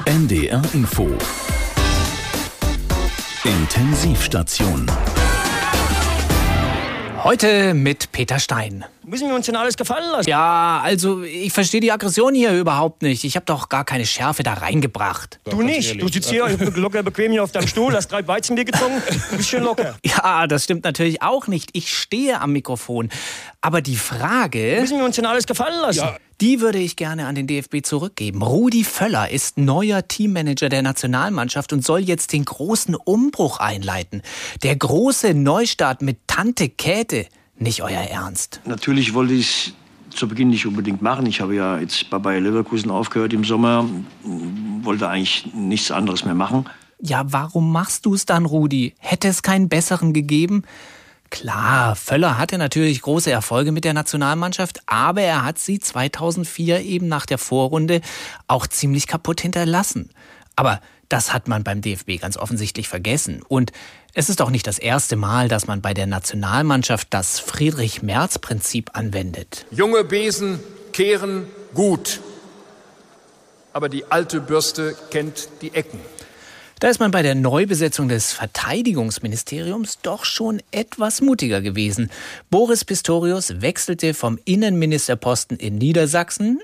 NDR Info. Intensivstation. Heute mit Peter Stein. Müssen wir uns denn alles gefallen lassen? Ja, also ich verstehe die Aggression hier überhaupt nicht. Ich habe doch gar keine Schärfe da reingebracht. Du nicht. Du sitzt hier locker bequem hier auf deinem Stuhl, hast 3 Weizenbier getrunken, bist schön locker. Ja, das stimmt natürlich auch nicht. Ich stehe am Mikrofon. Aber die Frage... Müssen wir uns denn alles gefallen lassen? Ja. Die würde ich gerne an den DFB zurückgeben. Rudi Völler ist neuer Teammanager der Nationalmannschaft und soll jetzt den großen Umbruch einleiten. Der große Neustart mit Tante Käthe. Nicht euer Ernst. Natürlich wollte ich es zu Beginn nicht unbedingt machen. Ich habe ja jetzt bei Bayer Leverkusen aufgehört im Sommer. Wollte eigentlich nichts anderes mehr machen. Ja, warum machst du es dann, Rudi? Hätte es keinen besseren gegeben? Klar, Völler hatte natürlich große Erfolge mit der Nationalmannschaft, aber er hat sie 2004 eben nach der Vorrunde auch ziemlich kaputt hinterlassen. Aber das hat man beim DFB ganz offensichtlich vergessen. Und es ist auch nicht das erste Mal, dass man bei der Nationalmannschaft das Friedrich-Merz-Prinzip anwendet. Junge Besen kehren gut, aber die alte Bürste kennt die Ecken. Da ist man bei der Neubesetzung des Verteidigungsministeriums doch schon etwas mutiger gewesen. Boris Pistorius wechselte vom Innenministerposten in Niedersachsen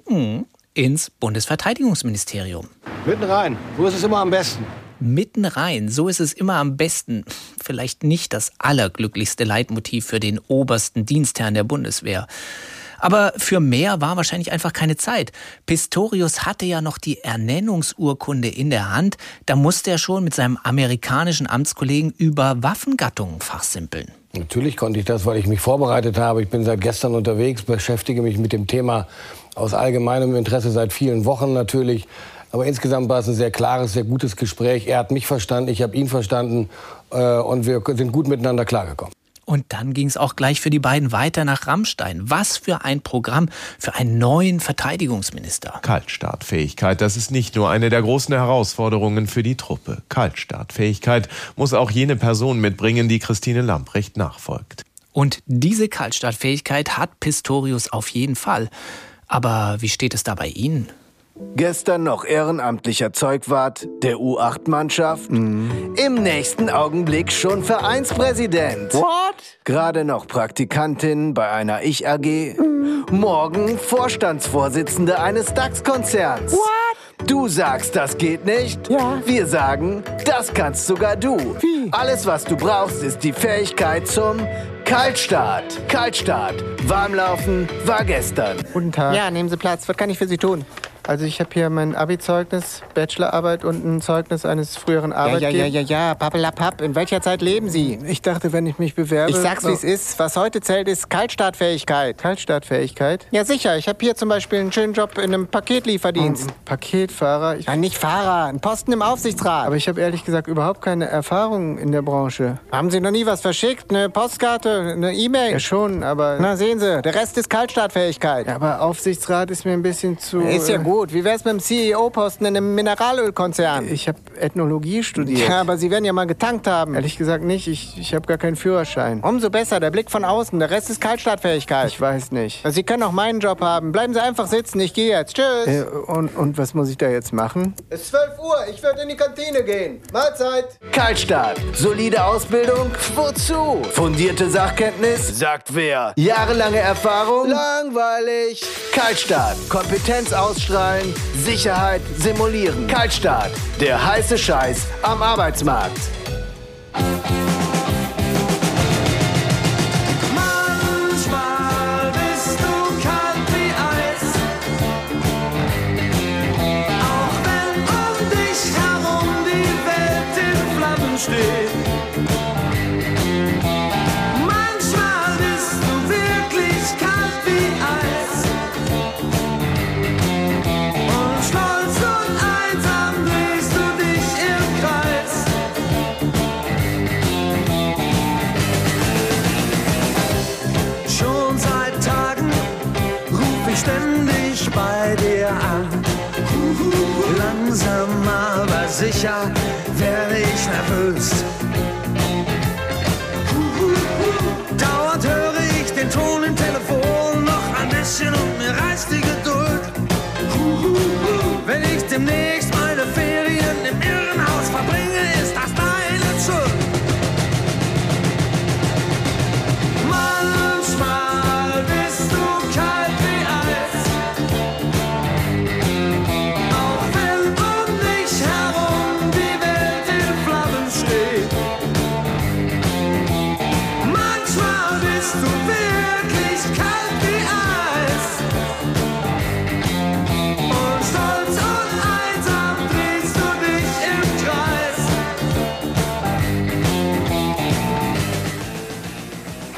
ins Bundesverteidigungsministerium. Mitten rein, so ist es immer am besten. Mitten rein, so ist es immer am besten. Vielleicht nicht das allerglücklichste Leitmotiv für den obersten Dienstherrn der Bundeswehr. Aber für mehr war wahrscheinlich einfach keine Zeit. Pistorius hatte ja noch die Ernennungsurkunde in der Hand. Da musste er schon mit seinem amerikanischen Amtskollegen über Waffengattungen fachsimpeln. Natürlich konnte ich das, weil ich mich vorbereitet habe. Ich bin seit gestern unterwegs, beschäftige mich mit dem Thema aus allgemeinem Interesse seit vielen Wochen natürlich. Aber insgesamt war es ein sehr klares, sehr gutes Gespräch. Er hat mich verstanden, ich habe ihn verstanden und wir sind gut miteinander klargekommen. Und dann ging es auch gleich für die beiden weiter nach Rammstein. Was für ein Programm für einen neuen Verteidigungsminister. Kaltstartfähigkeit, das ist nicht nur eine der großen Herausforderungen für die Truppe. Kaltstartfähigkeit muss auch jene Person mitbringen, die Christine Lambrecht nachfolgt. Und diese Kaltstartfähigkeit hat Pistorius auf jeden Fall. Aber wie steht es da bei Ihnen? Gestern noch ehrenamtlicher Zeugwart der U8-Mannschaft. Im nächsten Augenblick schon Vereinspräsident. What? Gerade noch Praktikantin bei einer Ich-AG. Morgen Vorstandsvorsitzende eines DAX-Konzerns. What? Du sagst, das geht nicht. Ja. Wir sagen, das kannst sogar du. Wie? Alles, was du brauchst, ist die Fähigkeit zum Kaltstart. Kaltstart. Warmlaufen war gestern. Guten Tag. Ja, nehmen Sie Platz. Was kann ich für Sie tun? Also ich habe hier mein Abi-Zeugnis, Bachelorarbeit und ein Zeugnis eines früheren Arbeitgebers. Ja, pappelapapp. In welcher Zeit leben Sie? Ich dachte, wenn ich mich bewerbe... Ich sag's, wie es ist. Was heute zählt, ist Kaltstartfähigkeit. Kaltstartfähigkeit? Ja, sicher. Ich habe hier zum Beispiel einen schönen Job in einem Paketlieferdienst. Paketfahrer? Nein, nicht Fahrer. Ein Posten im Aufsichtsrat. Aber ich habe ehrlich gesagt überhaupt keine Erfahrung in der Branche. Haben Sie noch nie was verschickt? Eine Postkarte? Eine E-Mail? Ja schon, aber... Na, sehen Sie. Der Rest ist Kaltstartfähigkeit. Ja, aber Aufsichtsrat ist mir ein bisschen zu... Ist ja gut. Wie wär's mit dem CEO-Posten in einem Mineralölkonzern? Ich habe Ethnologie studiert. Ja, aber Sie werden ja mal getankt haben. Ehrlich gesagt nicht. Ich habe gar keinen Führerschein. Umso besser. Der Blick von außen. Der Rest ist Kaltstartfähigkeit. Ich weiß nicht. Sie können auch meinen Job haben. Bleiben Sie einfach sitzen. Ich gehe jetzt. Tschüss. Und was muss ich da jetzt machen? Es ist 12 Uhr. Ich würde in die Kantine gehen. Mahlzeit. Kaltstart. Solide Ausbildung? Wozu? Fundierte Sachkenntnis? Sagt wer? Jahrelange Erfahrung? Langweilig. Kaltstart. Kompetenz ausstrahlen, Sicherheit simulieren. Kaltstart. Der heiße Scheiß am Arbeitsmarkt. Manchmal bist du kalt wie Eis, auch wenn um dich herum die Welt in Flammen steht. Manchmal bist du wirklich kalt wie Eis und stolz und einsam drehst du dich im Kreis. Schon seit Tagen ruf ich ständig bei dir an. Langsam aber sicher werde ich nervös. Dauernd höre ich den Ton im Telefon noch ein bisschen und mir reißt die Geduld. Wenn ich demnächst meine Ferien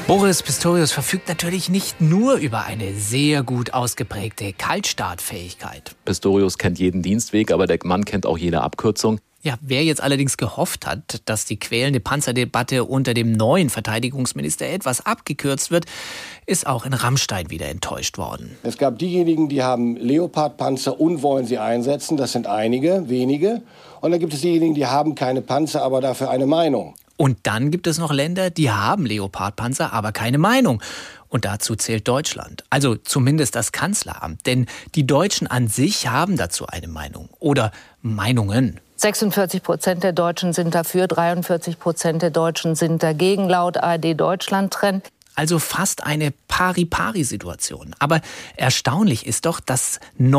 Boris Pistorius verfügt natürlich nicht nur über eine sehr gut ausgeprägte Kaltstartfähigkeit. Pistorius kennt jeden Dienstweg, aber der Mann kennt auch jede Abkürzung. Ja, wer jetzt allerdings gehofft hat, dass die quälende Panzerdebatte unter dem neuen Verteidigungsminister etwas abgekürzt wird, ist auch in Ramstein wieder enttäuscht worden. Es gab diejenigen, die haben Leopard-Panzer und wollen sie einsetzen. Das sind einige, wenige. Und dann gibt es diejenigen, die haben keine Panzer, aber dafür eine Meinung. Und dann gibt es noch Länder, die haben Leopardpanzer, aber keine Meinung. Und dazu zählt Deutschland. Also zumindest das Kanzleramt. Denn die Deutschen an sich haben dazu eine Meinung. Oder Meinungen. 46% der Deutschen sind dafür, 43% der Deutschen sind dagegen, laut ARD Deutschland-Trend. Also fast eine Pari-Pari-Situation. Aber erstaunlich ist doch, dass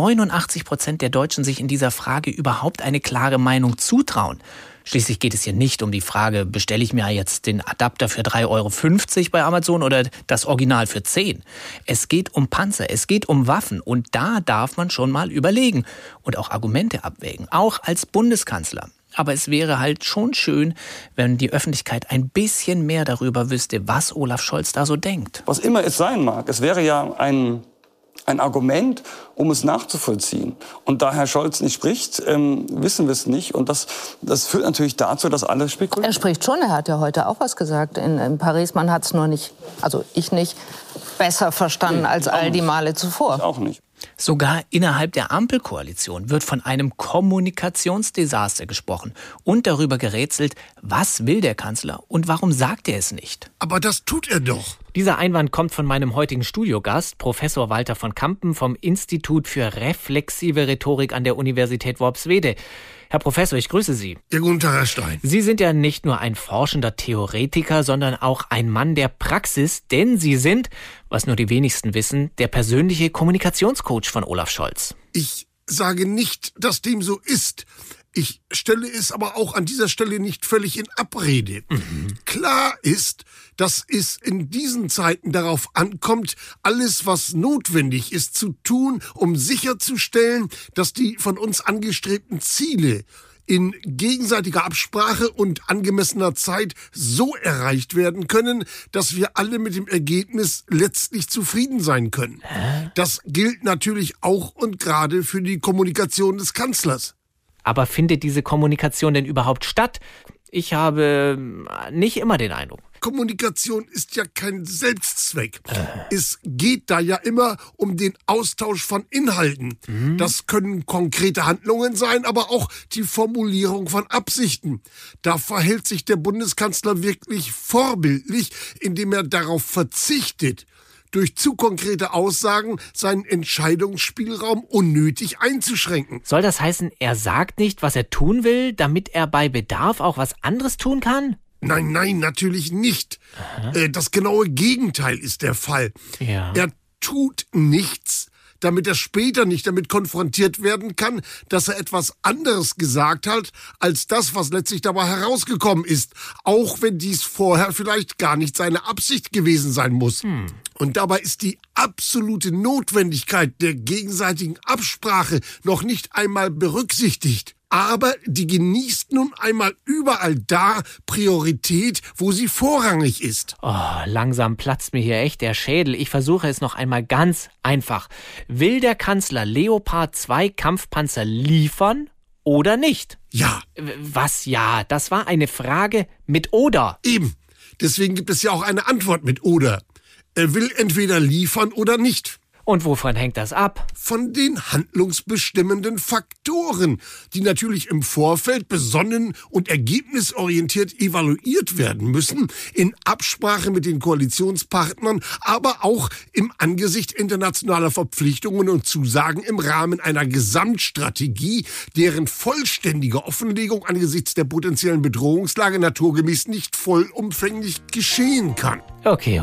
89% der Deutschen sich in dieser Frage überhaupt eine klare Meinung zutrauen. Schließlich geht es hier nicht um die Frage, bestelle ich mir jetzt den Adapter für 3,50 € bei Amazon oder das Original für 10. Es geht um Panzer, es geht um Waffen und da darf man schon mal überlegen und auch Argumente abwägen, auch als Bundeskanzler. Aber es wäre halt schon schön, wenn die Öffentlichkeit ein bisschen mehr darüber wüsste, was Olaf Scholz da so denkt. Was immer es sein mag, es wäre ja ein Argument, um es nachzuvollziehen. Und da Herr Scholz nicht spricht, wissen wir es nicht. Und das führt natürlich dazu, dass alle spekulieren. Er spricht schon, er hat ja heute auch was gesagt in Paris. Man hat es nur nicht, also ich nicht, besser verstanden als all die Male zuvor. Ich auch nicht. Sogar innerhalb der Ampelkoalition wird von einem Kommunikationsdesaster gesprochen und darüber gerätselt, was will der Kanzler und warum sagt er es nicht. Aber das tut er doch. Dieser Einwand kommt von meinem heutigen Studiogast, Professor Walter von Kampen vom Institut für reflexive Rhetorik an der Universität Worpswede. Herr Professor, ich grüße Sie. Ja, guten Tag, Herr Stein. Sie sind ja nicht nur ein forschender Theoretiker, sondern auch ein Mann der Praxis, denn Sie sind, was nur die wenigsten wissen, der persönliche Kommunikationscoach von Olaf Scholz. Ich sage nicht, dass dem so ist. Ich stelle es aber auch an dieser Stelle nicht völlig in Abrede. Klar ist, dass es in diesen Zeiten darauf ankommt, alles, was notwendig ist, zu tun, um sicherzustellen, dass die von uns angestrebten Ziele in gegenseitiger Absprache und angemessener Zeit so erreicht werden können, dass wir alle mit dem Ergebnis letztlich zufrieden sein können. Das gilt natürlich auch und gerade für die Kommunikation des Kanzlers. Aber findet diese Kommunikation denn überhaupt statt? Ich habe nicht immer den Eindruck. Kommunikation ist ja kein Selbstzweck. Es geht da ja immer um den Austausch von Inhalten. Das können konkrete Handlungen sein, aber auch die Formulierung von Absichten. Da verhält sich der Bundeskanzler wirklich vorbildlich, indem er darauf verzichtet, durch zu konkrete Aussagen seinen Entscheidungsspielraum unnötig einzuschränken. Soll das heißen, er sagt nicht, was er tun will, damit er bei Bedarf auch was anderes tun kann? Nein, natürlich nicht. Das genaue Gegenteil ist der Fall. Ja. Er tut nichts, damit er später nicht damit konfrontiert werden kann, dass er etwas anderes gesagt hat, als das, was letztlich dabei herausgekommen ist. Auch wenn dies vorher vielleicht gar nicht seine Absicht gewesen sein muss. Und dabei ist die absolute Notwendigkeit der gegenseitigen Absprache noch nicht einmal berücksichtigt. Aber die genießt nun einmal überall da Priorität, wo sie vorrangig ist. Oh, langsam platzt mir hier echt der Schädel. Ich versuche es noch einmal ganz einfach. Will der Kanzler Leopard 2 Kampfpanzer liefern oder nicht? Ja. Was ja? Das war eine Frage mit oder. Eben. Deswegen gibt es ja auch eine Antwort mit oder. Er will entweder liefern oder nicht. Und wovon hängt das ab? Von den handlungsbestimmenden Faktoren, die natürlich im Vorfeld besonnen und ergebnisorientiert evaluiert werden müssen, in Absprache mit den Koalitionspartnern, aber auch im Angesicht internationaler Verpflichtungen und Zusagen im Rahmen einer Gesamtstrategie, deren vollständige Offenlegung angesichts der potenziellen Bedrohungslage naturgemäß nicht vollumfänglich geschehen kann. Okay.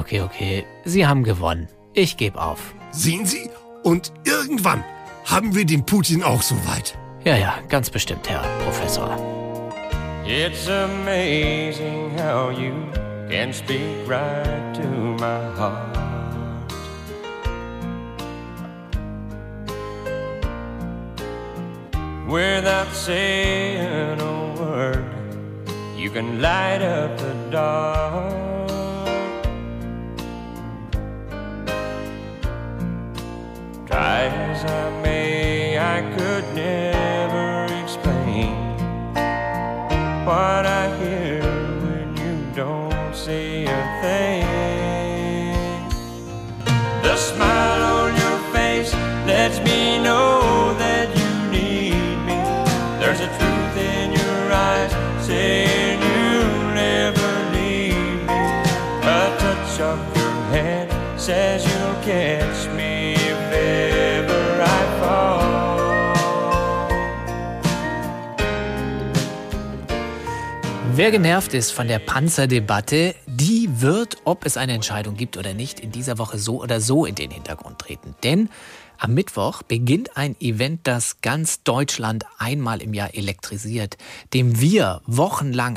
Sie haben gewonnen. Ich gebe auf. Sehen Sie? Und irgendwann haben wir den Putin auch soweit. Ja, ganz bestimmt, Herr Professor. It's amazing how you can speak right to my heart. Without saying a word, you can light up the dark. There's a truth in your eyes saying you'll never leave me. A touch of your hand says you'll catch me if ever I fall. Wer genervt ist von der Panzerdebatte, die wird, ob es eine Entscheidung gibt oder nicht, in dieser Woche so oder so in den Hintergrund treten. Denn am Mittwoch beginnt ein Event, das ganz Deutschland einmal im Jahr elektrisiert, dem wir wochenlang,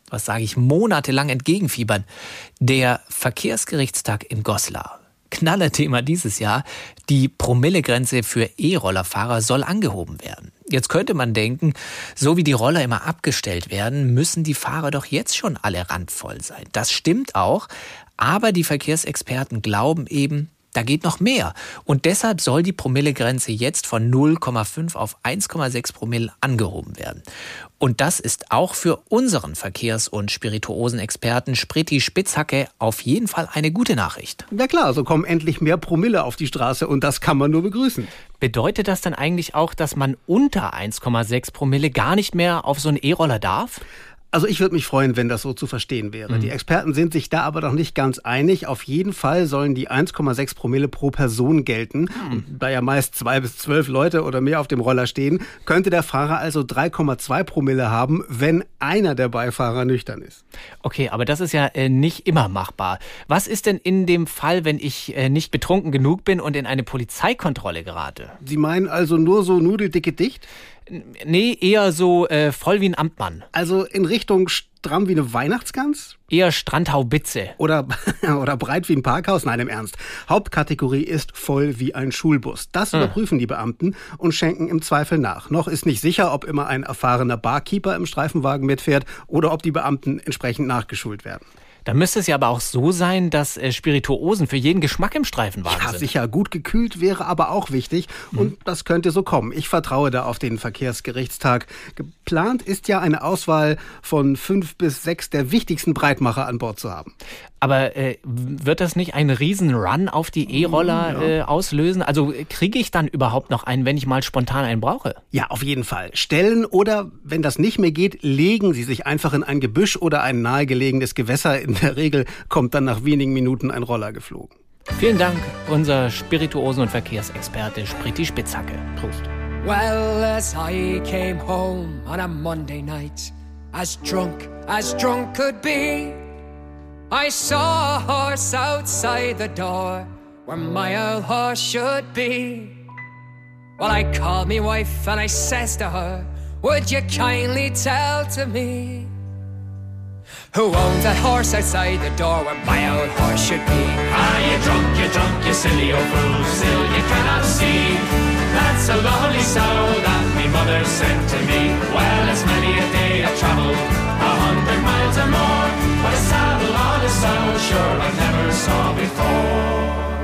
monatelang entgegenfiebern. Der Verkehrsgerichtstag in Goslar. Knallerthema dieses Jahr, die Promillegrenze für E-Rollerfahrer soll angehoben werden. Jetzt könnte man denken, so wie die Roller immer abgestellt werden, müssen die Fahrer doch jetzt schon alle randvoll sein. Das stimmt auch, aber die Verkehrsexperten glauben eben, da geht noch mehr. Und deshalb soll die Promillegrenze jetzt von 0,5 auf 1,6 Promille angehoben werden. Und das ist auch für unseren Verkehrs- und Spirituosenexperten Spritti Spitzhacke auf jeden Fall eine gute Nachricht. Ja klar, so kommen endlich mehr Promille auf die Straße und das kann man nur begrüßen. Bedeutet das dann eigentlich auch, dass man unter 1,6 Promille gar nicht mehr auf so einen E-Roller darf? Also ich würde mich freuen, wenn das so zu verstehen wäre. Die Experten sind sich da aber noch nicht ganz einig. Auf jeden Fall sollen die 1,6 Promille pro Person gelten. Und da ja meist 2 bis 12 Leute oder mehr auf dem Roller stehen, könnte der Fahrer also 3,2 Promille haben, wenn einer der Beifahrer nüchtern ist. Okay, aber das ist ja nicht immer machbar. Was ist denn in dem Fall, wenn ich nicht betrunken genug bin und in eine Polizeikontrolle gerate? Sie meinen also nur so nudeldicke dicht? Nee, eher so voll wie ein Amtmann. Also in Richtung stramm wie eine Weihnachtsgans? Eher Strandhaubitze. Oder breit wie ein Parkhaus? Nein, im Ernst. Hauptkategorie ist voll wie ein Schulbus. Das überprüfen die Beamten und schenken im Zweifel nach. Noch ist nicht sicher, ob immer ein erfahrener Barkeeper im Streifenwagen mitfährt oder ob die Beamten entsprechend nachgeschult werden. Da müsste es ja aber auch so sein, dass Spirituosen für jeden Geschmack im Streifenwagen sind. Ja, sicher. Gut gekühlt wäre aber auch wichtig. Und das könnte so kommen. Ich vertraue da auf den Verkehrsgerichtstag. Geplant ist ja eine Auswahl von 5 bis 6 der wichtigsten Breitmacher an Bord zu haben. Aber wird das nicht einen riesen Run auf die E-Roller auslösen? Also kriege ich dann überhaupt noch einen, wenn ich mal spontan einen brauche? Ja, auf jeden Fall. Stellen oder, wenn das nicht mehr geht, legen Sie sich einfach in ein Gebüsch oder ein nahegelegenes Gewässer. In der Regel kommt dann nach wenigen Minuten ein Roller geflogen. Vielen Dank, unser Spirituosen- und Verkehrsexperte Spritti Spitzhacke. Prost. Well, as I came home on a Monday night, as drunk could be, I saw a horse outside the door where my old horse should be. Well, I called me wife and I says to her, would you kindly tell to me who owns that horse outside the door where my old horse should be? Ah, you drunk, you silly old fool, still you cannot see. That's a lovely sow that me mother sent to me. Well, it's many a day I've travelled 100 miles or more, but a saddle on a sow sure I never saw before.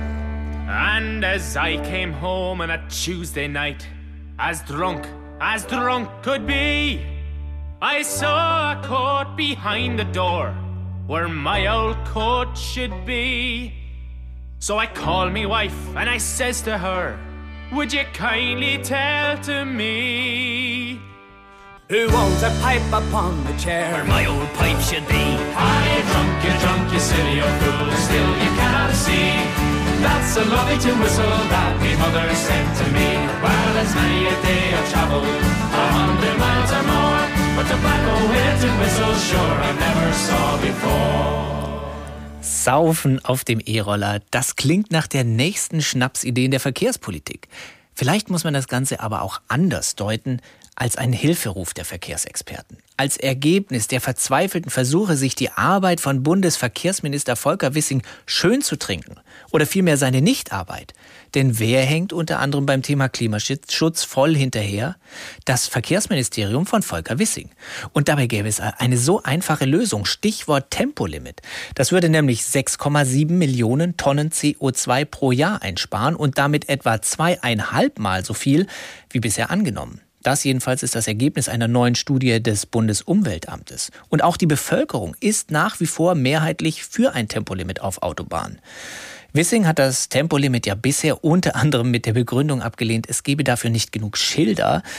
And as I came home on a Tuesday night, as drunk could be, I saw a coat behind the door where my old coat should be. So I called me wife and I says to her, would you kindly tell to me who owns a pipe upon the chair where my old pipe should be? Ah, you drunk, you silly old fool, still you cannot see. That's a lovely to whistle that me mother sent to me. Well, it's many a day I've travelled 100 miles or more, but tobacco with a whistle sure I never saw before. Saufen auf dem E-Roller, das klingt nach der nächsten Schnapsidee in der Verkehrspolitik. Vielleicht muss man das Ganze aber auch anders deuten als einen Hilferuf der Verkehrsexperten. Als Ergebnis der verzweifelten Versuche, sich die Arbeit von Bundesverkehrsminister Volker Wissing schön zu trinken oder vielmehr seine Nichtarbeit. Denn wer hängt unter anderem beim Thema Klimaschutz voll hinterher? Das Verkehrsministerium von Volker Wissing. Und dabei gäbe es eine so einfache Lösung, Stichwort Tempolimit. Das würde nämlich 6,7 Millionen Tonnen CO2 pro Jahr einsparen und damit etwa 2,5 Mal so viel wie bisher angenommen. Das jedenfalls ist das Ergebnis einer neuen Studie des Bundesumweltamtes. Und auch die Bevölkerung ist nach wie vor mehrheitlich für ein Tempolimit auf Autobahnen. Wissing hat das Tempolimit ja bisher unter anderem mit der Begründung abgelehnt, es gebe dafür nicht genug Schilder.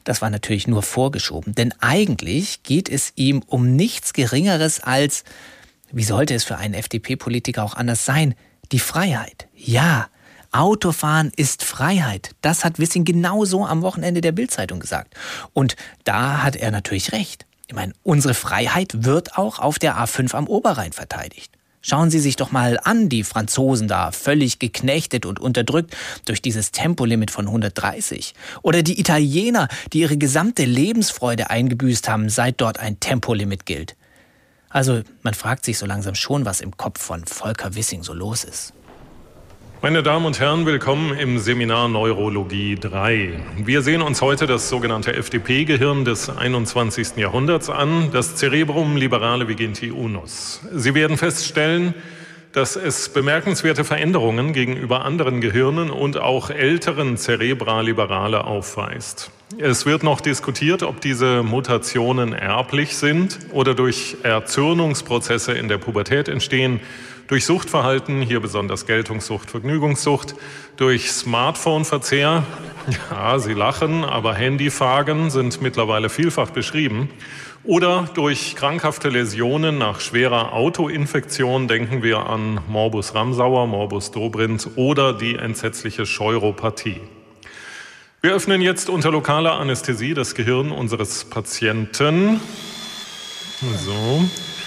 Das war natürlich nur vorgeschoben, denn eigentlich geht es ihm um nichts Geringeres als, wie sollte es für einen FDP-Politiker auch anders sein, die Freiheit. Ja, Autofahren ist Freiheit. Das hat Wissing genauso am Wochenende der Bild-Zeitung gesagt. Und da hat er natürlich recht. Ich meine, unsere Freiheit wird auch auf der A5 am Oberrhein verteidigt. Schauen Sie sich doch mal an, die Franzosen da, völlig geknechtet und unterdrückt durch dieses Tempolimit von 130. Oder die Italiener, die ihre gesamte Lebensfreude eingebüßt haben, seit dort ein Tempolimit gilt. Also man fragt sich so langsam schon, was im Kopf von Volker Wissing so los ist. Meine Damen und Herren, willkommen im Seminar Neurologie 3. Wir sehen uns heute das sogenannte FDP-Gehirn des 21. Jahrhunderts an, das Cerebrum liberale vigenti unus. Sie werden feststellen, dass es bemerkenswerte Veränderungen gegenüber anderen Gehirnen und auch älteren Cerebra-Liberale aufweist. Es wird noch diskutiert, ob diese Mutationen erblich sind oder durch Erzürnungsprozesse in der Pubertät entstehen, durch Suchtverhalten, hier besonders Geltungssucht, Vergnügungssucht, durch Smartphone-Verzehr, ja, Sie lachen, aber Handyphagen sind mittlerweile vielfach beschrieben, oder durch krankhafte Läsionen nach schwerer Autoinfektion, denken wir an Morbus Ramsauer, Morbus Dobrindt oder die entsetzliche Scheuropathie. Wir öffnen jetzt unter lokaler Anästhesie das Gehirn unseres Patienten. So.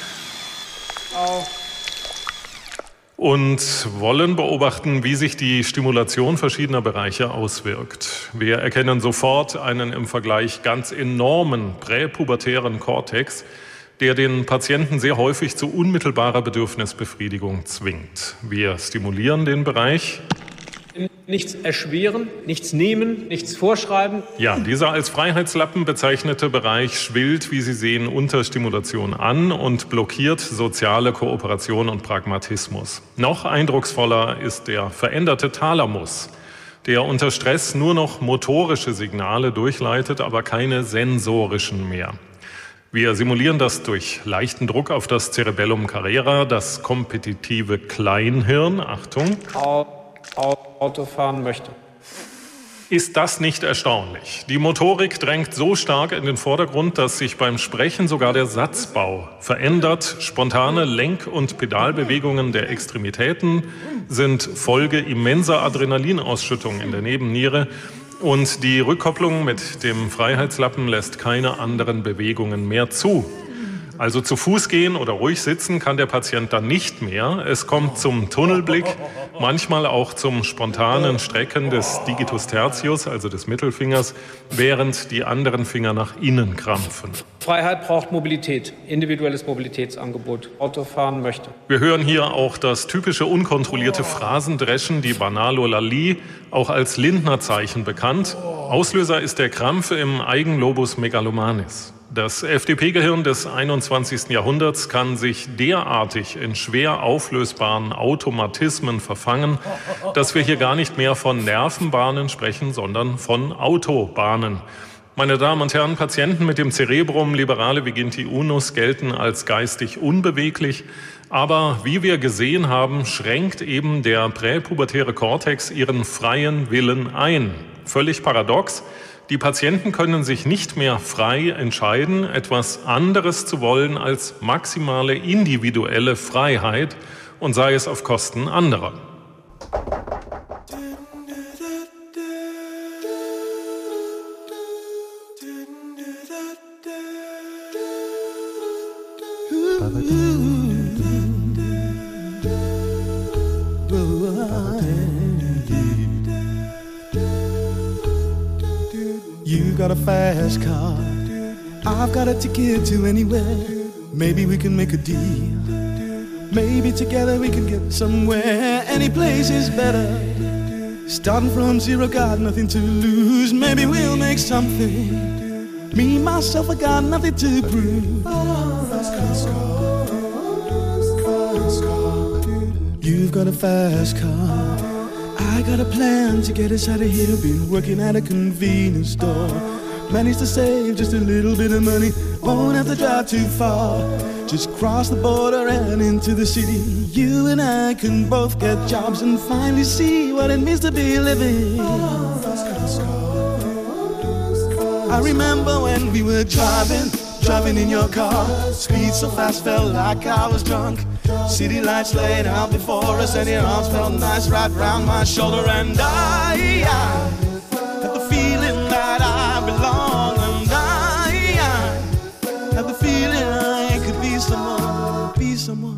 Und wollen beobachten, wie sich die Stimulation verschiedener Bereiche auswirkt. Wir erkennen sofort einen im Vergleich ganz enormen präpubertären Kortex, der den Patienten sehr häufig zu unmittelbarer Bedürfnisbefriedigung zwingt. Wir stimulieren den Bereich. Nichts erschweren, nichts nehmen, nichts vorschreiben. Ja, dieser als Freiheitslappen bezeichnete Bereich schwillt, wie Sie sehen, unter Stimulation an und blockiert soziale Kooperation und Pragmatismus. Noch eindrucksvoller ist der veränderte Thalamus, der unter Stress nur noch motorische Signale durchleitet, aber keine sensorischen mehr. Wir simulieren das durch leichten Druck auf das Cerebellum carrera, das kompetitive Kleinhirn. Achtung. Auto fahren möchte. Ist das nicht erstaunlich? Die Motorik drängt so stark in den Vordergrund, dass sich beim Sprechen sogar der Satzbau verändert. Spontane Lenk- und Pedalbewegungen der Extremitäten sind Folge immenser Adrenalinausschüttung in der Nebenniere. Und die Rückkopplung mit dem Freiheitslappen lässt keine anderen Bewegungen mehr zu. Also zu Fuß gehen oder ruhig sitzen kann der Patient dann nicht mehr. Es kommt zum Tunnelblick, manchmal auch zum spontanen Strecken des Digitus tertius, also des Mittelfingers, während die anderen Finger nach innen krampfen. Freiheit braucht Mobilität, individuelles Mobilitätsangebot. Autofahren möchte. Wir hören hier auch das typische unkontrollierte Phrasendreschen, die Banalolalie, auch als Lindner-Zeichen bekannt. Auslöser ist der Krampf im Eigenlobus megalomanis. Das FDP-Gehirn des 21. Jahrhunderts kann sich derartig in schwer auflösbaren Automatismen verfangen, dass wir hier gar nicht mehr von Nervenbahnen sprechen, sondern von Autobahnen. Meine Damen und Herren, Patienten mit dem Cerebrum liberale vigenti unus gelten als geistig unbeweglich, aber wie wir gesehen haben, schränkt eben der präpubertäre Kortex ihren freien Willen ein. Völlig paradox. Die Patienten können sich nicht mehr frei entscheiden, etwas anderes zu wollen als maximale individuelle Freiheit und sei es auf Kosten anderer. You got a fast car, I've got a ticket to anywhere. Maybe we can make a deal. Maybe together we can get somewhere. Any place is better. Starting from zero, got nothing to lose. Maybe we'll make something. Me, myself, I got nothing to prove. You've got a fast car, I got a plan to get us out of here. Been working at a convenience store. Managed to save just a little bit of money. Won't have to drive too far. Just cross the border and into the city. You and I can both get jobs and finally see what it means to be living. I remember when we were driving in your car. Speed so fast, felt like I was drunk. City lights laid out before us, and your arms felt nice wrapped around my shoulder. And I had the feeling that I belong, and I had the feeling I could be someone, be someone.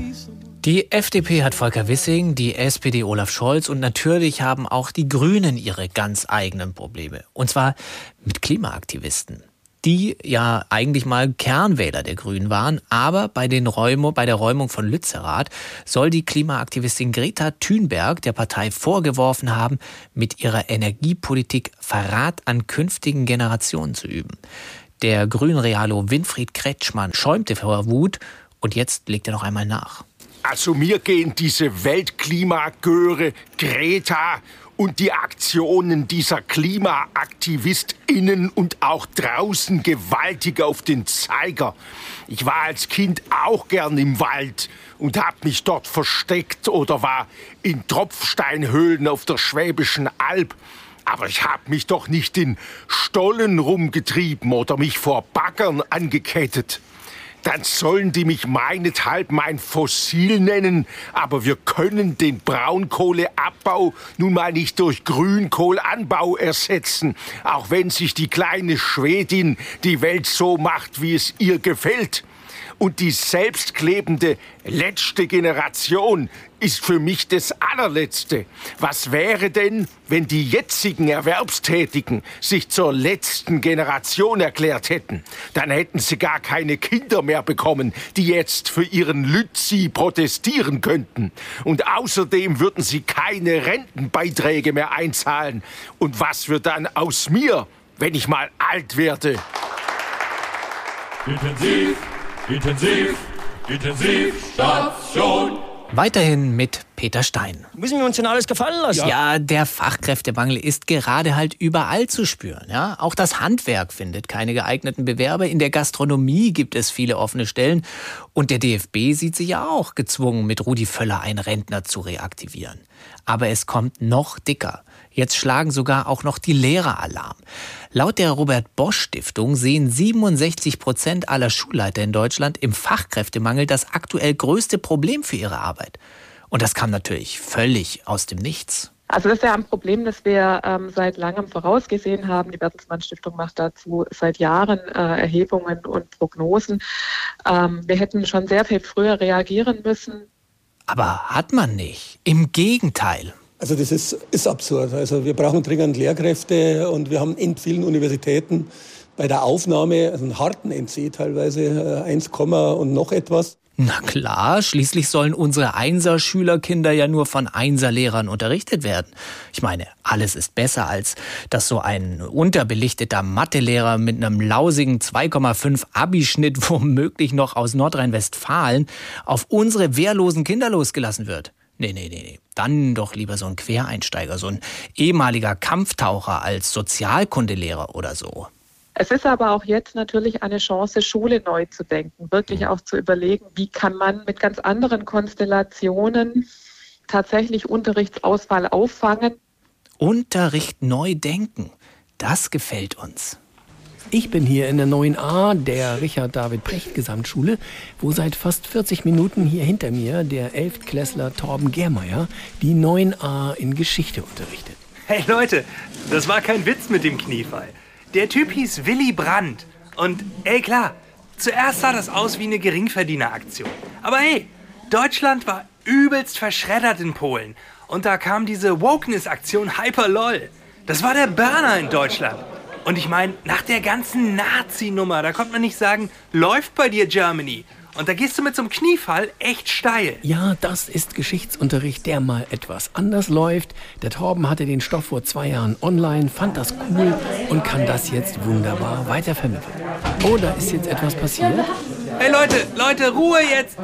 Die FDP hat Volker Wissing, die SPD Olaf Scholz und natürlich haben auch die Grünen ihre ganz eigenen Probleme. Und zwar mit Klimaaktivisten, die ja eigentlich mal Kernwähler der Grünen waren, aber bei der Räumung von Lützerath soll die Klimaaktivistin Greta Thunberg der Partei vorgeworfen haben, mit ihrer Energiepolitik Verrat an künftigen Generationen zu üben. Der Grünrealo Winfried Kretschmann schäumte vor Wut und jetzt legt er noch einmal nach. Also mir gehen diese Weltklimagöre Greta und die Aktionen dieser KlimaaktivistInnen und auch draußen gewaltig auf den Zeiger. Ich war als Kind auch gern im Wald und hab mich dort versteckt oder war in Tropfsteinhöhlen auf der Schwäbischen Alb. Aber ich hab mich doch nicht in Stollen rumgetrieben oder mich vor Baggern angekettet. Dann sollen die mich meinethalb mein Fossil nennen, aber wir können den Braunkohleabbau nun mal nicht durch Grünkohlanbau ersetzen, auch wenn sich die kleine Schwedin die Welt so macht, wie es ihr gefällt. Und die selbstklebende letzte Generation ist für mich das allerletzte. Was wäre denn, wenn die jetzigen Erwerbstätigen sich zur letzten Generation erklärt hätten? Dann hätten sie gar keine Kinder mehr bekommen, die jetzt für ihren Lützi protestieren könnten. Und außerdem würden sie keine Rentenbeiträge mehr einzahlen. Und was wird dann aus mir, wenn ich mal alt werde? Intensivstation. Weiterhin mit Peter Stein. Müssen wir uns denn alles gefallen lassen? Ja, der Fachkräftemangel ist gerade halt überall zu spüren. Ja? Auch das Handwerk findet keine geeigneten Bewerber. In der Gastronomie gibt es viele offene Stellen. Und der DFB sieht sich ja auch gezwungen, mit Rudi Völler einen Rentner zu reaktivieren. Aber es kommt noch dicker. Jetzt schlagen sogar auch noch die Lehrer Alarm. Laut der Robert-Bosch-Stiftung sehen 67% aller Schulleiter in Deutschland im Fachkräftemangel das aktuell größte Problem für ihre Arbeit. Und das kam natürlich völlig aus dem Nichts. Also das ist ja ein Problem, das wir seit langem vorausgesehen haben. Die Bertelsmann Stiftung macht dazu seit Jahren Erhebungen und Prognosen. Wir hätten schon sehr viel früher reagieren müssen. Aber hat man nicht. Im Gegenteil. Also das ist absurd. Also wir brauchen dringend Lehrkräfte und wir haben in vielen Universitäten bei der Aufnahme, also einen harten NC teilweise, 1, und noch etwas. Na klar, schließlich sollen unsere Einser-Schülerkinder ja nur von Einser-Lehrern unterrichtet werden. Ich meine, alles ist besser, als dass so ein unterbelichteter Mathelehrer mit einem lausigen 2,5 Abischnitt womöglich noch aus Nordrhein-Westfalen auf unsere wehrlosen Kinder losgelassen wird. Nee. Dann doch lieber so ein Quereinsteiger, so ein ehemaliger Kampftaucher als Sozialkundelehrer oder so. Es ist aber auch jetzt natürlich eine Chance, Schule neu zu denken, wirklich auch zu überlegen, wie kann man mit ganz anderen Konstellationen tatsächlich Unterrichtsausfall auffangen. Unterricht neu denken, das gefällt uns. Ich bin hier in der 9a der Richard-David-Precht-Gesamtschule, wo seit fast 40 Minuten hier hinter mir der 11-Klässler Torben Germeier die 9a in Geschichte unterrichtet. Hey Leute, das war kein Witz mit dem Kniefall. Der Typ hieß Willy Brandt. Und ey klar, zuerst sah das aus wie eine Geringverdieneraktion. Aber hey, Deutschland war übelst verschreddert in Polen. Und da kam diese Wokeness-Aktion Hyperlol. Das war der Burner in Deutschland. Und ich meine, nach der ganzen Nazi-Nummer, da konnte man nicht sagen, läuft bei dir Germany. Und da gehst du mit so einem Kniefall echt steil. Ja, das ist Geschichtsunterricht, der mal etwas anders läuft. Der Torben hatte den Stoff vor 2 Jahren online, fand das cool und kann das jetzt wunderbar weitervermitteln. Oh, da ist jetzt etwas passiert. Hey Leute, Ruhe jetzt!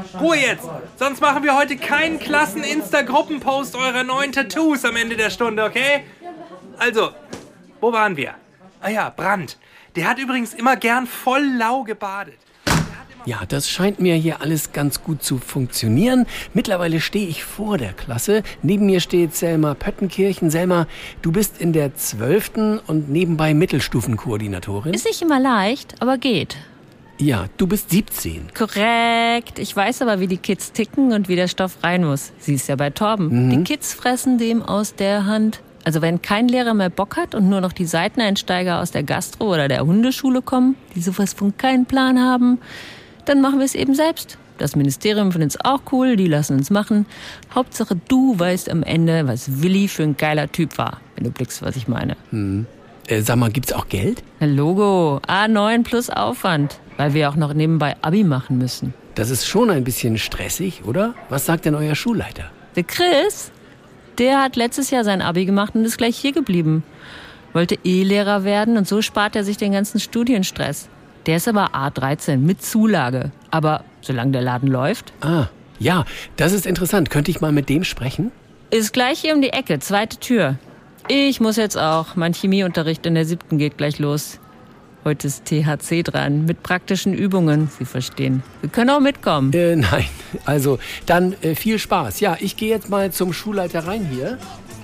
Sonst machen wir heute keinen Klassen-Insta-Gruppenpost eurer neuen Tattoos am Ende der Stunde, okay? Also, wo waren wir? Ah ja, Brandt. Der hat übrigens immer gern voll lau gebadet. Ja, das scheint mir hier alles ganz gut zu funktionieren. Mittlerweile stehe ich vor der Klasse. Neben mir steht Selma Pöttenkirchen. Selma, du bist in der 12. und nebenbei Mittelstufenkoordinatorin. Ist nicht immer leicht, aber geht. Ja, du bist 17. Korrekt. Ich weiß aber, wie die Kids ticken und wie der Stoff rein muss. Siehst ja bei Torben. Die Kids fressen dem aus der Hand. Also wenn kein Lehrer mehr Bock hat und nur noch die Seiteneinsteiger aus der Gastro oder der Hundeschule kommen, die sowas von keinen Plan haben, dann machen wir es eben selbst. Das Ministerium findet es auch cool, die lassen uns machen. Hauptsache, du weißt am Ende, was Willi für ein geiler Typ war, wenn du blickst, was ich meine. Sag mal, gibt's auch Geld? Na Logo, A9 plus Aufwand, weil wir auch noch nebenbei Abi machen müssen. Das ist schon ein bisschen stressig, oder? Was sagt denn euer Schulleiter? Der Chris, der hat letztes Jahr sein Abi gemacht und ist gleich hier geblieben. Wollte Lehrer werden und so spart er sich den ganzen Studienstress. Der ist aber A13 mit Zulage. Aber solange der Laden läuft. Ah, ja, das ist interessant. Könnte ich mal mit dem sprechen? Ist gleich hier um die Ecke, 2. Tür. Ich muss jetzt auch. Mein Chemieunterricht in der 7. geht gleich los. Heute ist THC dran, mit praktischen Übungen, Sie verstehen. Wir können auch mitkommen. Nein, also dann viel Spaß. Ja, ich gehe jetzt mal zum Schulleiter rein hier.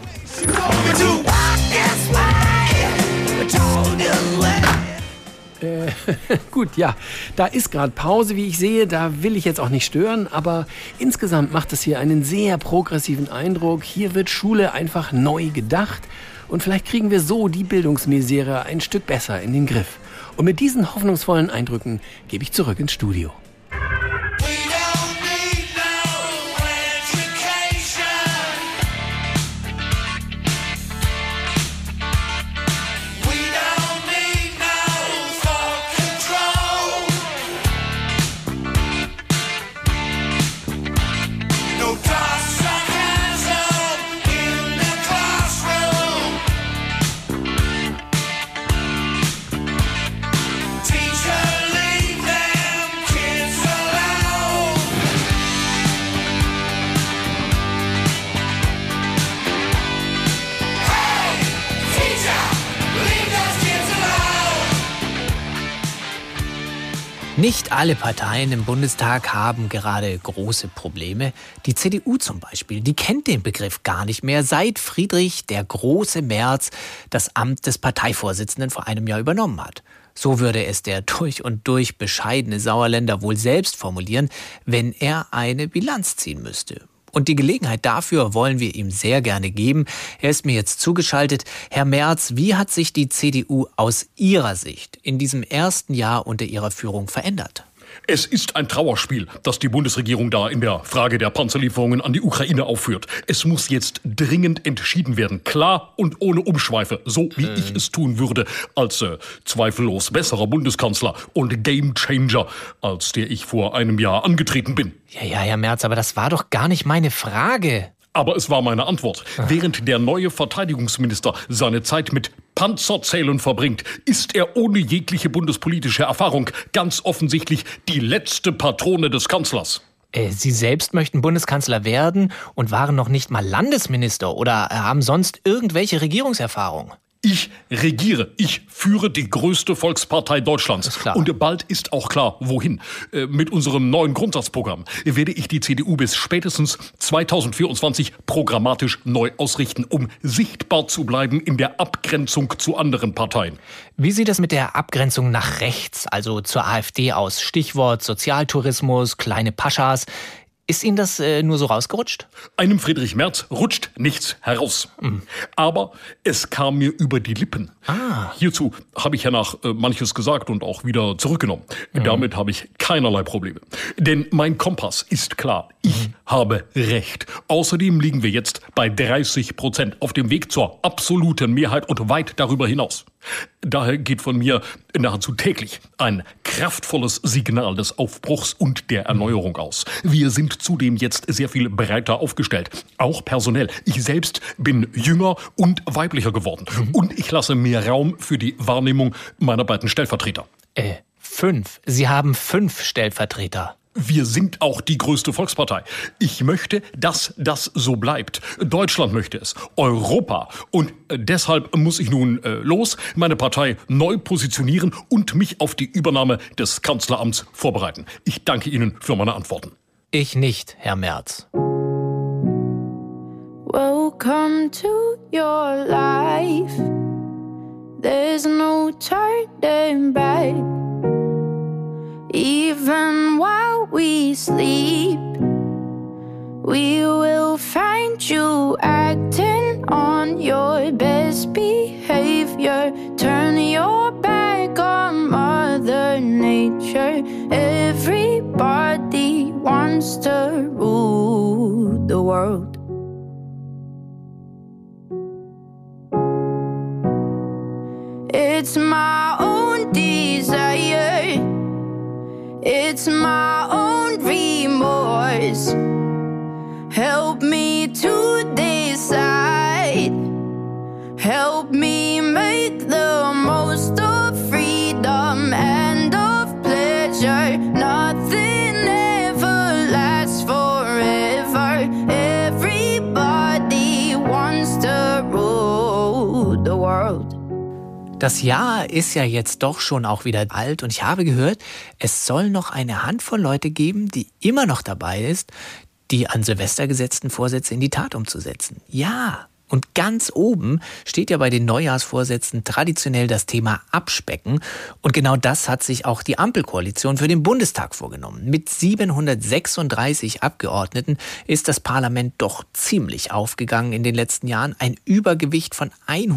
Gut, ja, da ist gerade Pause, wie ich sehe. Da will ich jetzt auch nicht stören, aber insgesamt macht das hier einen sehr progressiven Eindruck. Hier wird Schule einfach neu gedacht und vielleicht kriegen wir so die Bildungsmisere ein Stück besser in den Griff. Und mit diesen hoffnungsvollen Eindrücken gebe ich zurück ins Studio. Nicht alle Parteien im Bundestag haben gerade große Probleme. Die CDU zum Beispiel, die kennt den Begriff gar nicht mehr, seit Friedrich der große Merz das Amt des Parteivorsitzenden vor einem Jahr übernommen hat. So würde es der durch und durch bescheidene Sauerländer wohl selbst formulieren, wenn er eine Bilanz ziehen müsste. Und die Gelegenheit dafür wollen wir ihm sehr gerne geben. Er ist mir jetzt zugeschaltet. Herr Merz, wie hat sich die CDU aus Ihrer Sicht in diesem ersten Jahr unter Ihrer Führung verändert? Es ist ein Trauerspiel, das die Bundesregierung da in der Frage der Panzerlieferungen an die Ukraine aufführt. Es muss jetzt dringend entschieden werden, klar und ohne Umschweife, so wie ich es tun würde, als zweifellos besserer Bundeskanzler und Gamechanger, als der ich vor einem Jahr angetreten bin. Ja, Herr Merz, aber das war doch gar nicht meine Frage. Aber es war meine Antwort. Während der neue Verteidigungsminister seine Zeit mit Panzerzählen verbringt, ist er ohne jegliche bundespolitische Erfahrung ganz offensichtlich die letzte Patrone des Kanzlers. Sie selbst möchten Bundeskanzler werden und waren noch nicht mal Landesminister oder haben sonst irgendwelche Regierungserfahrung? Ich regiere. Ich führe die größte Volkspartei Deutschlands. Und bald ist auch klar, wohin. Mit unserem neuen Grundsatzprogramm werde ich die CDU bis spätestens 2024 programmatisch neu ausrichten, um sichtbar zu bleiben in der Abgrenzung zu anderen Parteien. Wie sieht es mit der Abgrenzung nach rechts, also zur AfD aus? Stichwort Sozialtourismus, kleine Paschas. Ist Ihnen das nur so rausgerutscht? Einem Friedrich Merz rutscht nichts heraus. Aber es kam mir über die Lippen. Hierzu habe ich ja nach manches gesagt und auch wieder zurückgenommen. Damit habe ich keinerlei Probleme. Denn mein Kompass ist klar. Ich habe Recht. Außerdem liegen wir jetzt bei 30% auf dem Weg zur absoluten Mehrheit und weit darüber hinaus. Daher geht von mir nahezu täglich ein kraftvolles Signal des Aufbruchs und der Erneuerung aus. Wir sind zudem jetzt sehr viel breiter aufgestellt, auch personell. Ich selbst bin jünger und weiblicher geworden. Und ich lasse mehr Raum für die Wahrnehmung meiner beiden Stellvertreter. 5. Sie haben 5 Stellvertreter. Wir sind auch die größte Volkspartei. Ich möchte, dass das so bleibt. Deutschland möchte es. Europa. Und deshalb muss ich nun meine Partei neu positionieren und mich auf die Übernahme des Kanzleramts vorbereiten. Ich danke Ihnen für meine Antworten. Ich nicht, Herr Merz. Welcome to your life. There's no turning back. Even while we sleep, we will find you acting on your best behavior. Turn your back on Mother Nature. Everybody wants to rule the world. It's my own desire. It's my own remorse. Help me to decide. Help me make the most of freedom and of pleasure. Nothing ever lasts forever. Everybody wants to rule the world. Das Jahr ist ja jetzt doch schon auch wieder alt und ich habe gehört, es soll noch eine Handvoll Leute geben, die immer noch dabei ist, die an Silvester gesetzten Vorsätze in die Tat umzusetzen. Ja, und ganz oben steht ja bei den Neujahrsvorsätzen traditionell das Thema Abspecken. Und genau das hat sich auch die Ampelkoalition für den Bundestag vorgenommen. Mit 736 Abgeordneten ist das Parlament doch ziemlich aufgegangen in den letzten Jahren. Ein Übergewicht von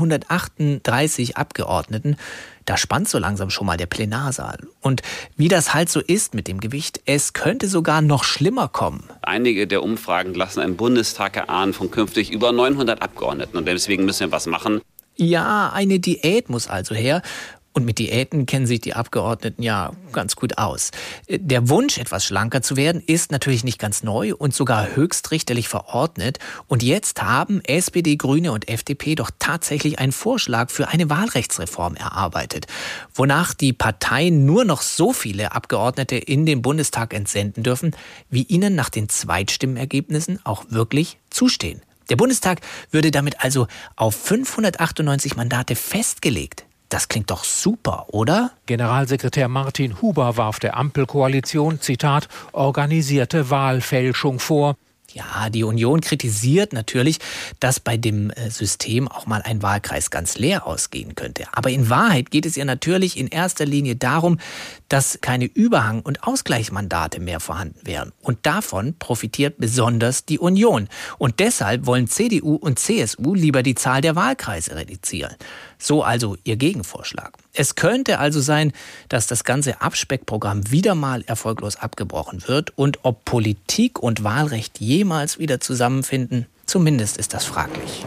138 Abgeordneten. Da spannt so langsam schon mal der Plenarsaal. Und wie das halt so ist mit dem Gewicht, es könnte sogar noch schlimmer kommen. Einige der Umfragen lassen einen Bundestag erahnen von künftig über 900 Abgeordneten. Und deswegen müssen wir was machen. Ja, eine Diät muss also her. Und mit Diäten kennen sich die Abgeordneten ja ganz gut aus. Der Wunsch, etwas schlanker zu werden, ist natürlich nicht ganz neu und sogar höchstrichterlich verordnet. Und jetzt haben SPD, Grüne und FDP doch tatsächlich einen Vorschlag für eine Wahlrechtsreform erarbeitet, wonach die Parteien nur noch so viele Abgeordnete in den Bundestag entsenden dürfen, wie ihnen nach den Zweitstimmenergebnissen auch wirklich zustehen. Der Bundestag würde damit also auf 598 Mandate festgelegt. Das klingt doch super, oder? Generalsekretär Martin Huber warf der Ampelkoalition, Zitat, organisierte Wahlfälschung vor. Ja, die Union kritisiert natürlich, dass bei dem System auch mal ein Wahlkreis ganz leer ausgehen könnte. Aber in Wahrheit geht es ihr natürlich in erster Linie darum, dass keine Überhang- und Ausgleichsmandate mehr vorhanden wären. Und davon profitiert besonders die Union. Und deshalb wollen CDU und CSU lieber die Zahl der Wahlkreise reduzieren. So also ihr Gegenvorschlag. Es könnte also sein, dass das ganze Abspeckprogramm wieder mal erfolglos abgebrochen wird. Und ob Politik und Wahlrecht jemals wieder zusammenfinden, zumindest ist das fraglich.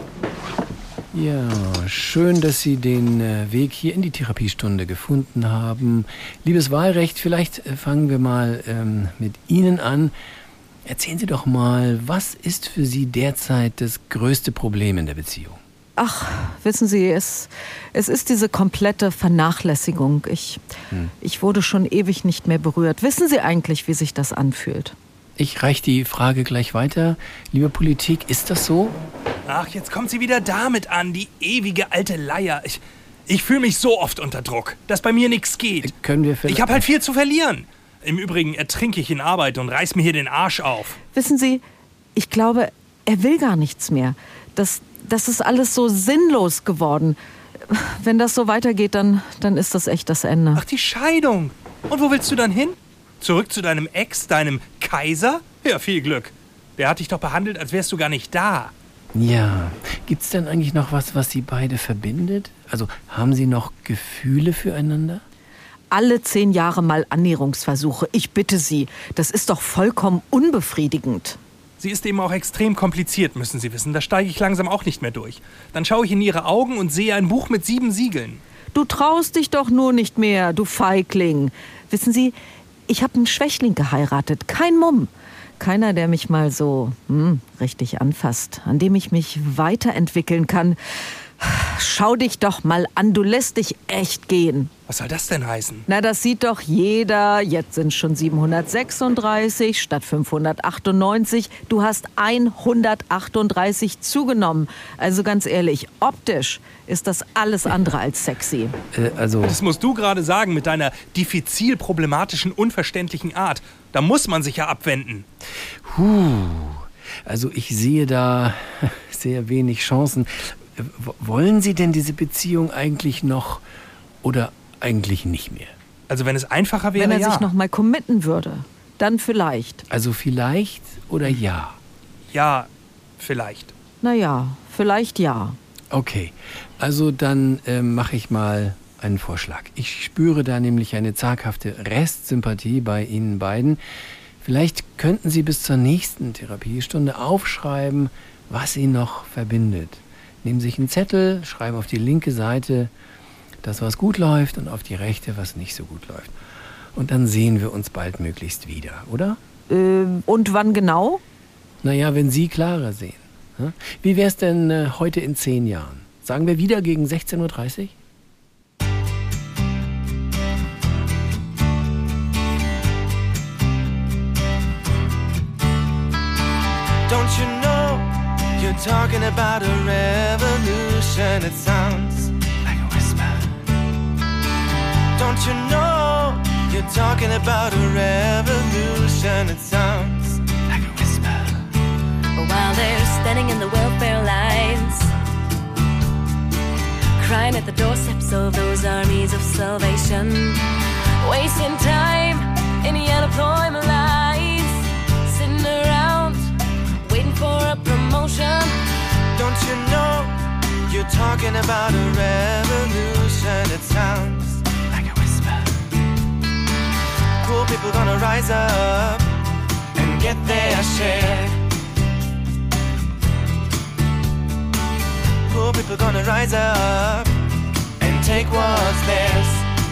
Ja, schön, dass Sie den Weg hier in die Therapiestunde gefunden haben. Liebes Wahlrecht, vielleicht fangen wir mal mit Ihnen an. Erzählen Sie doch mal, was ist für Sie derzeit das größte Problem in der Beziehung? Ach, wissen Sie, es ist diese komplette Vernachlässigung. Ich wurde schon ewig nicht mehr berührt. Wissen Sie eigentlich, wie sich das anfühlt? Ich reiche die Frage gleich weiter. Liebe Politik, ist das so? Ach, jetzt kommt sie wieder damit an, die ewige alte Leier. Ich fühle mich so oft unter Druck, dass bei mir nichts geht. Können wir Ich habe halt viel zu verlieren. Im Übrigen ertrinke ich in Arbeit und reiß mir hier den Arsch auf. Wissen Sie, ich glaube, er will gar nichts mehr. Das ist alles so sinnlos geworden. Wenn das so weitergeht, dann ist das echt das Ende. Ach, die Scheidung. Und wo willst du dann hin? Zurück zu deinem Ex, deinem Kaiser? Ja, viel Glück. Der hat dich doch behandelt, als wärst du gar nicht da. Ja, gibt's denn eigentlich noch was Sie beide verbindet? Also haben Sie noch Gefühle füreinander? Alle 10 Jahre mal Annäherungsversuche. Ich bitte Sie, das ist doch vollkommen unbefriedigend. Sie ist eben auch extrem kompliziert, müssen Sie wissen. Da steige ich langsam auch nicht mehr durch. Dann schaue ich in ihre Augen und sehe ein Buch mit 7 Siegeln. Du traust dich doch nur nicht mehr, du Feigling. Wissen Sie, ich habe einen Schwächling geheiratet, kein Mumm. Keiner, der mich mal so richtig anfasst, an dem ich mich weiterentwickeln kann. Schau dich doch mal an, du lässt dich echt gehen. Was soll das denn heißen? Na, das sieht doch jeder. Jetzt sind schon 736 statt 598. Du hast 138 zugenommen. Also ganz ehrlich, optisch ist das alles andere als sexy. Das musst du gerade sagen mit deiner diffizil problematischen, unverständlichen Art. Da muss man sich ja abwenden. Also ich sehe da sehr wenig Chancen. Wollen Sie denn diese Beziehung eigentlich noch oder eigentlich nicht mehr? Also wenn es einfacher wäre, wenn er sich noch mal committen würde, dann vielleicht. Also vielleicht oder ja? Ja, vielleicht. Naja, vielleicht ja. Okay, also dann mache ich mal einen Vorschlag. Ich spüre da nämlich eine zaghafte Restsympathie bei Ihnen beiden. Vielleicht könnten Sie bis zur nächsten Therapiestunde aufschreiben, was Sie noch verbindet. Nehmen sich einen Zettel, schreiben auf die linke Seite das, was gut läuft, und auf die rechte, was nicht so gut läuft. Und dann sehen wir uns baldmöglichst wieder, oder? Und wann genau? Naja, wenn Sie klarer sehen. Wie wär's denn heute in 10 Jahren? Sagen wir wieder gegen 16:30 Uhr? Don't you know you're talking about a revolution? It sounds like a whisper. Don't you know you're talking about a revolution? It sounds like a whisper. While they're standing in the welfare lines, crying at the doorsteps of those armies of salvation, wasting time in the unemployment lines, sitting around waiting for a promotion. Don't you know you're talking about a revolution? It sounds like a whisper. Poor people gonna rise up and get their share. Poor people gonna rise up and take what's theirs.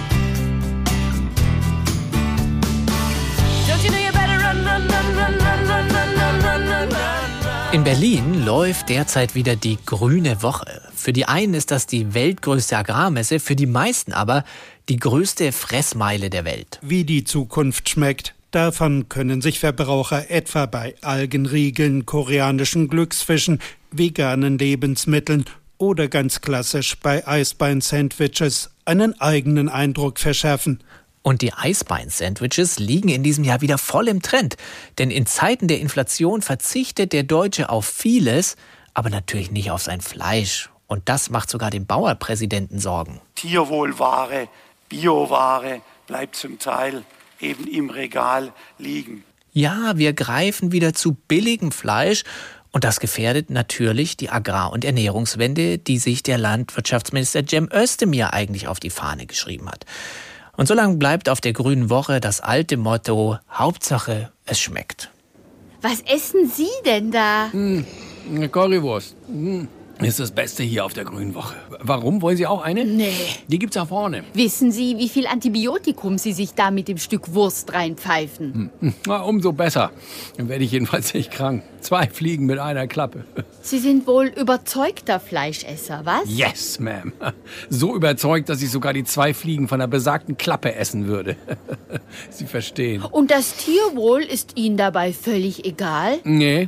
Don't you know you better run, run, run, run, run, run, run, run, run, run. In Berlin läuft derzeit wieder die Grüne Woche. Für die einen ist das die weltgrößte Agrarmesse, für die meisten aber die größte Fressmeile der Welt. Wie die Zukunft schmeckt, davon können sich Verbraucher etwa bei Algenriegeln, koreanischen Glücksfischen, veganen Lebensmitteln oder ganz klassisch bei Eisbein-Sandwiches einen eigenen Eindruck verschaffen. Und die Eisbein-Sandwiches liegen in diesem Jahr wieder voll im Trend. Denn in Zeiten der Inflation verzichtet der Deutsche auf vieles, aber natürlich nicht auf sein Fleisch. Und das macht sogar dem Bauernpräsidenten Sorgen. Tierwohlware, Bioware bleibt zum Teil eben im Regal liegen. Ja, wir greifen wieder zu billigem Fleisch. Und das gefährdet natürlich die Agrar- und Ernährungswende, die sich der Landwirtschaftsminister Cem Özdemir eigentlich auf die Fahne geschrieben hat. Und so lange bleibt auf der Grünen Woche das alte Motto, Hauptsache es schmeckt. Was essen Sie denn da? Eine Currywurst. Ist das Beste hier auf der Grünen Woche. Warum? Wollen Sie auch eine? Nee. Die gibt's da vorne. Wissen Sie, wie viel Antibiotikum Sie sich da mit dem Stück Wurst reinpfeifen? Na, umso besser. Dann werde ich jedenfalls nicht krank. 2 Fliegen mit einer Klappe. Sie sind wohl überzeugter Fleischesser, was? Yes, ma'am. So überzeugt, dass ich sogar die 2 Fliegen von der besagten Klappe essen würde. Sie verstehen. Und das Tierwohl ist Ihnen dabei völlig egal? Nee,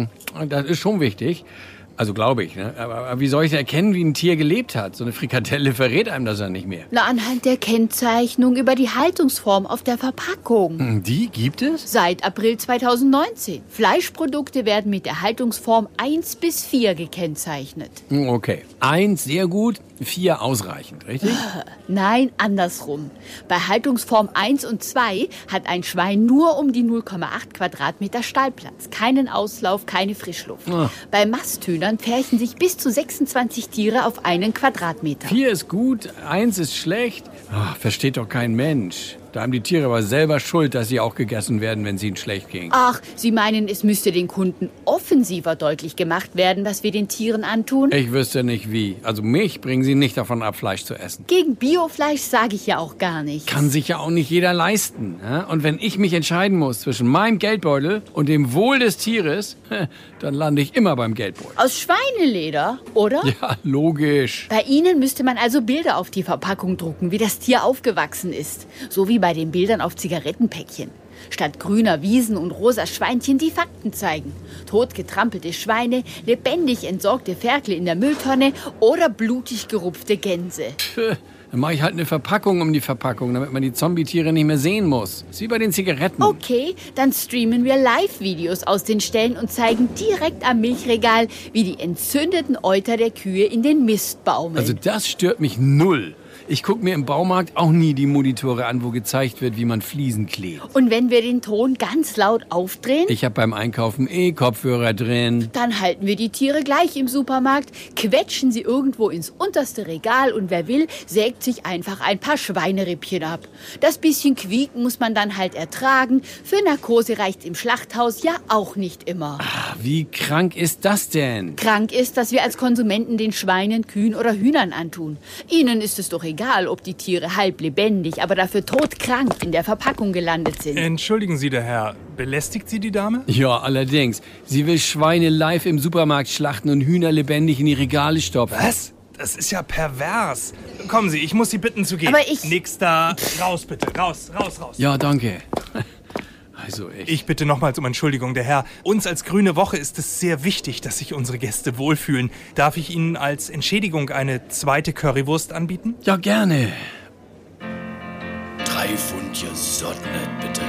das ist schon wichtig. Also glaube ich, ne? Aber wie soll ich erkennen, wie ein Tier gelebt hat? So eine Frikadelle verrät einem das ja nicht mehr. Na, anhand der Kennzeichnung über die Haltungsform auf der Verpackung. Die gibt es? Seit April 2019. Fleischprodukte werden mit der Haltungsform 1 bis 4 gekennzeichnet. Okay. 1 sehr gut, 4 ausreichend, richtig? Nein, andersrum. Bei Haltungsform 1 und 2 hat ein Schwein nur um die 0,8 Quadratmeter Stallplatz. Keinen Auslauf, keine Frischluft. Bei Masthühnern pärchen sich bis zu 26 Tiere auf einen Quadratmeter. 4 ist gut, 1 ist schlecht. Versteht doch kein Mensch. Da haben die Tiere aber selber Schuld, dass sie auch gegessen werden, wenn es ihnen schlecht ging. Ach, Sie meinen, es müsste den Kunden offensiver deutlich gemacht werden, was wir den Tieren antun? Ich wüsste nicht wie. Also mich bringen sie nicht davon ab, Fleisch zu essen. Gegen Biofleisch sage ich ja auch gar nichts. Kann sich ja auch nicht jeder leisten. Ja? Und wenn ich mich entscheiden muss zwischen meinem Geldbeutel und dem Wohl des Tieres, dann lande ich immer beim Geldbeutel. Aus Schweineleder, oder? Ja, logisch. Bei Ihnen müsste man also Bilder auf die Verpackung drucken, wie das Tier aufgewachsen ist. So wie bei den Bildern auf Zigarettenpäckchen. Statt grüner Wiesen und rosa Schweinchen die Fakten zeigen. Totgetrampelte Schweine, lebendig entsorgte Ferkel in der Mülltonne oder blutig gerupfte Gänse. Dann mache ich halt eine Verpackung um die Verpackung, damit man die Zombie-Tiere nicht mehr sehen muss. Ist wie bei den Zigaretten. Okay, dann streamen wir Live-Videos aus den Ställen und zeigen direkt am Milchregal, wie die entzündeten Euter der Kühe in den Mist baumeln. Also das stört mich null. Ich gucke mir im Baumarkt auch nie die Monitore an, wo gezeigt wird, wie man Fliesen klebt. Und wenn wir den Ton ganz laut aufdrehen? Ich habe beim Einkaufen Kopfhörer drin. Dann halten wir die Tiere gleich im Supermarkt, quetschen sie irgendwo ins unterste Regal und wer will, sägt sich einfach ein paar Schweinerippchen ab. Das bisschen Quieken muss man dann halt ertragen. Für Narkose reicht's im Schlachthaus ja auch nicht immer. Wie krank ist das denn? Krank ist, dass wir als Konsumenten den Schweinen, Kühen oder Hühnern antun. Ihnen ist es doch egal, ob die Tiere halb lebendig, aber dafür todkrank in der Verpackung gelandet sind. Entschuldigen Sie, der Herr, belästigt Sie die Dame? Ja, allerdings. Sie will Schweine live im Supermarkt schlachten und Hühner lebendig in die Regale stopfen. Was? Das ist ja pervers. Kommen Sie, ich muss Sie bitten zu gehen. Aber ich... Nix da. Raus, bitte. Raus. Ja, danke. Also ich bitte nochmals um Entschuldigung, der Herr. Uns als Grüne Woche ist es sehr wichtig, dass sich unsere Gäste wohlfühlen. Darf ich Ihnen als Entschädigung eine zweite Currywurst anbieten? Ja, gerne. 3 Pfund Gesottet, bitte.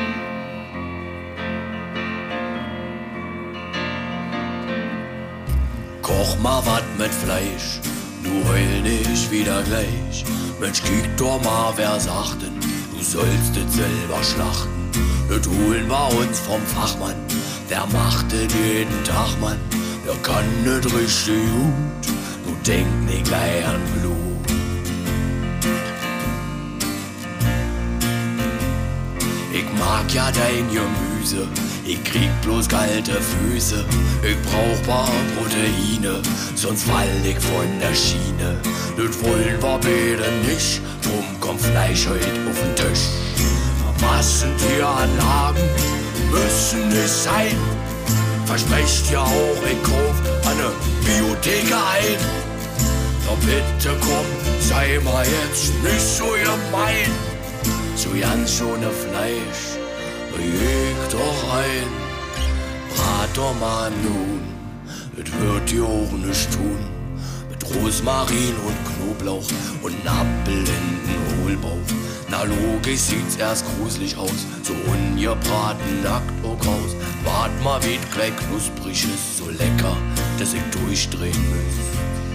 Koch mal wat mit Fleisch, du heul nicht wieder gleich. Mensch, kiek doch mal, wer sagt denn, du sollst es selber schlachten. Das holen wir uns vom Fachmann, der macht es jeden Tag, Mann. Der kann nicht richtig gut, du denk nicht gleich an Blut. Ich mag ja dein Gemüse, ich krieg bloß kalte Füße. Ich brauch paar Proteine, sonst fall ich von der Schiene. Das wollen wir beide nicht, drum kommt Fleisch heut auf den Tisch. Massentieranlagen müssen es sein. Versprecht ja auch, ich kauf eine Biotheke ein. Doch bitte komm, sei mal jetzt nicht so gemein. So ganz ohne Fleisch, leg doch ein. Brat doch mal nun, es wird dir auch nicht tun. Mit Rosmarin und Knoblauch und Apfel in den Hohlbauch. Na logisch sieht's erst gruselig aus, so ungebraten nackt auch raus. Wart mal, wie gleich knusprig ist, so lecker, dass ich durchdrehen muss.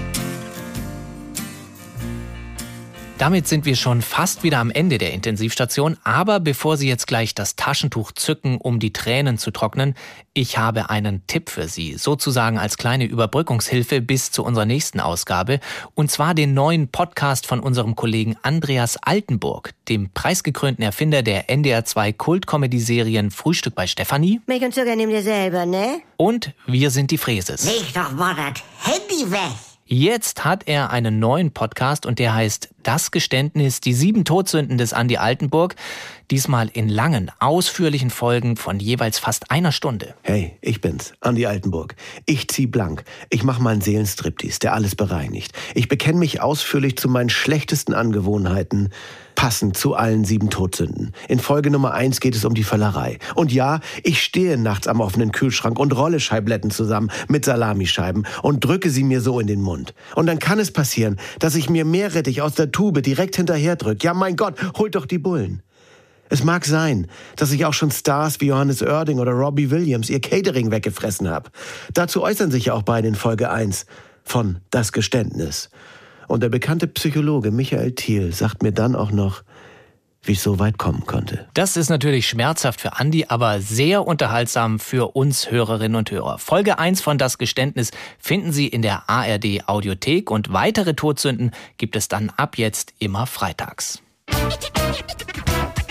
Damit sind wir schon fast wieder am Ende der Intensivstation. Aber bevor Sie jetzt gleich das Taschentuch zücken, um die Tränen zu trocknen, ich habe einen Tipp für Sie, sozusagen als kleine Überbrückungshilfe bis zu unserer nächsten Ausgabe. Und zwar den neuen Podcast von unserem Kollegen Andreas Altenburg, dem preisgekrönten Erfinder der NDR2 Kult-Comedy-Serien Frühstück bei Stefanie. Milch und Zucker nimm dir selber, ne? Und Wir sind die Fräses. Leg doch mal das Handy weg. Jetzt hat er einen neuen Podcast und der heißt Das Geständnis, die 7 Todsünden des Andi Altenburg. Diesmal in langen, ausführlichen Folgen von jeweils fast einer Stunde. Hey, ich bin's, Andi Altenburg. Ich zieh blank. Ich mach meinen Seelenstriptease, der alles bereinigt. Ich bekenne mich ausführlich zu meinen schlechtesten Angewohnheiten, passend zu allen 7 Todsünden. In Folge Nummer 1 geht es um die Völlerei. Und ja, ich stehe nachts am offenen Kühlschrank und rolle Scheibletten zusammen mit Salamischeiben und drücke sie mir so in den Mund. Und dann kann es passieren, dass ich mir Meerrettich aus der Tube direkt hinterher drücke. Ja, mein Gott, holt doch die Bullen. Es mag sein, dass ich auch schon Stars wie Johannes Oerding oder Robbie Williams ihr Catering weggefressen habe. Dazu äußern sich ja auch beide in Folge 1 von Das Geständnis. Und der bekannte Psychologe Michael Thiel sagt mir dann auch noch, wie es so weit kommen konnte. Das ist natürlich schmerzhaft für Andi, aber sehr unterhaltsam für uns Hörerinnen und Hörer. Folge 1 von Das Geständnis finden Sie in der ARD Audiothek und weitere Todsünden gibt es dann ab jetzt immer freitags.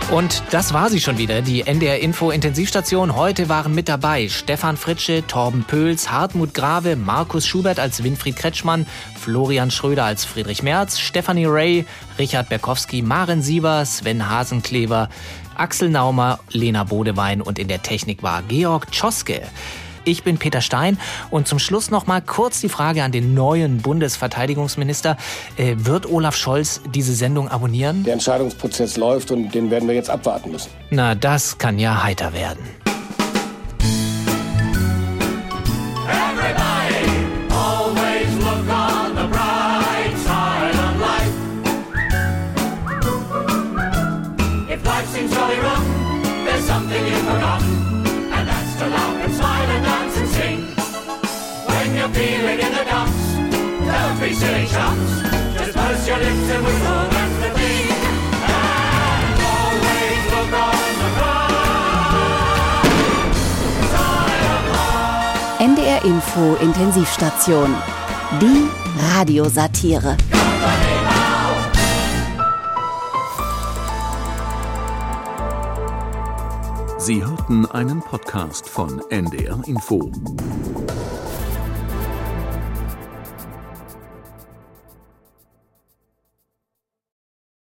Und das war sie schon wieder, die NDR Info Intensivstation. Heute waren mit dabei Stefan Fritsche, Torben Pöls, Hartmut Grave, Markus Schubert als Winfried Kretschmann, Florian Schröder als Friedrich Merz, Stefanie Ray, Richard Berkowski, Maren Sieber, Sven Hasenklever, Axel Naumer, Lena Bodewein und in der Technik war Georg Tschoske. Ich bin Peter Stein und zum Schluss noch mal kurz die Frage an den neuen Bundesverteidigungsminister. Wird Olaf Scholz diese Sendung abonnieren? Der Entscheidungsprozess läuft und den werden wir jetzt abwarten müssen. Na, das kann ja heiter werden. Feeling in the dumps, don't be silly chumps. Just purse your lips and whistle, that's the thing. And always look on the bright side of life. NDR Info Intensivstation. Die Radiosatire. Sie hörten einen Podcast von NDR Info.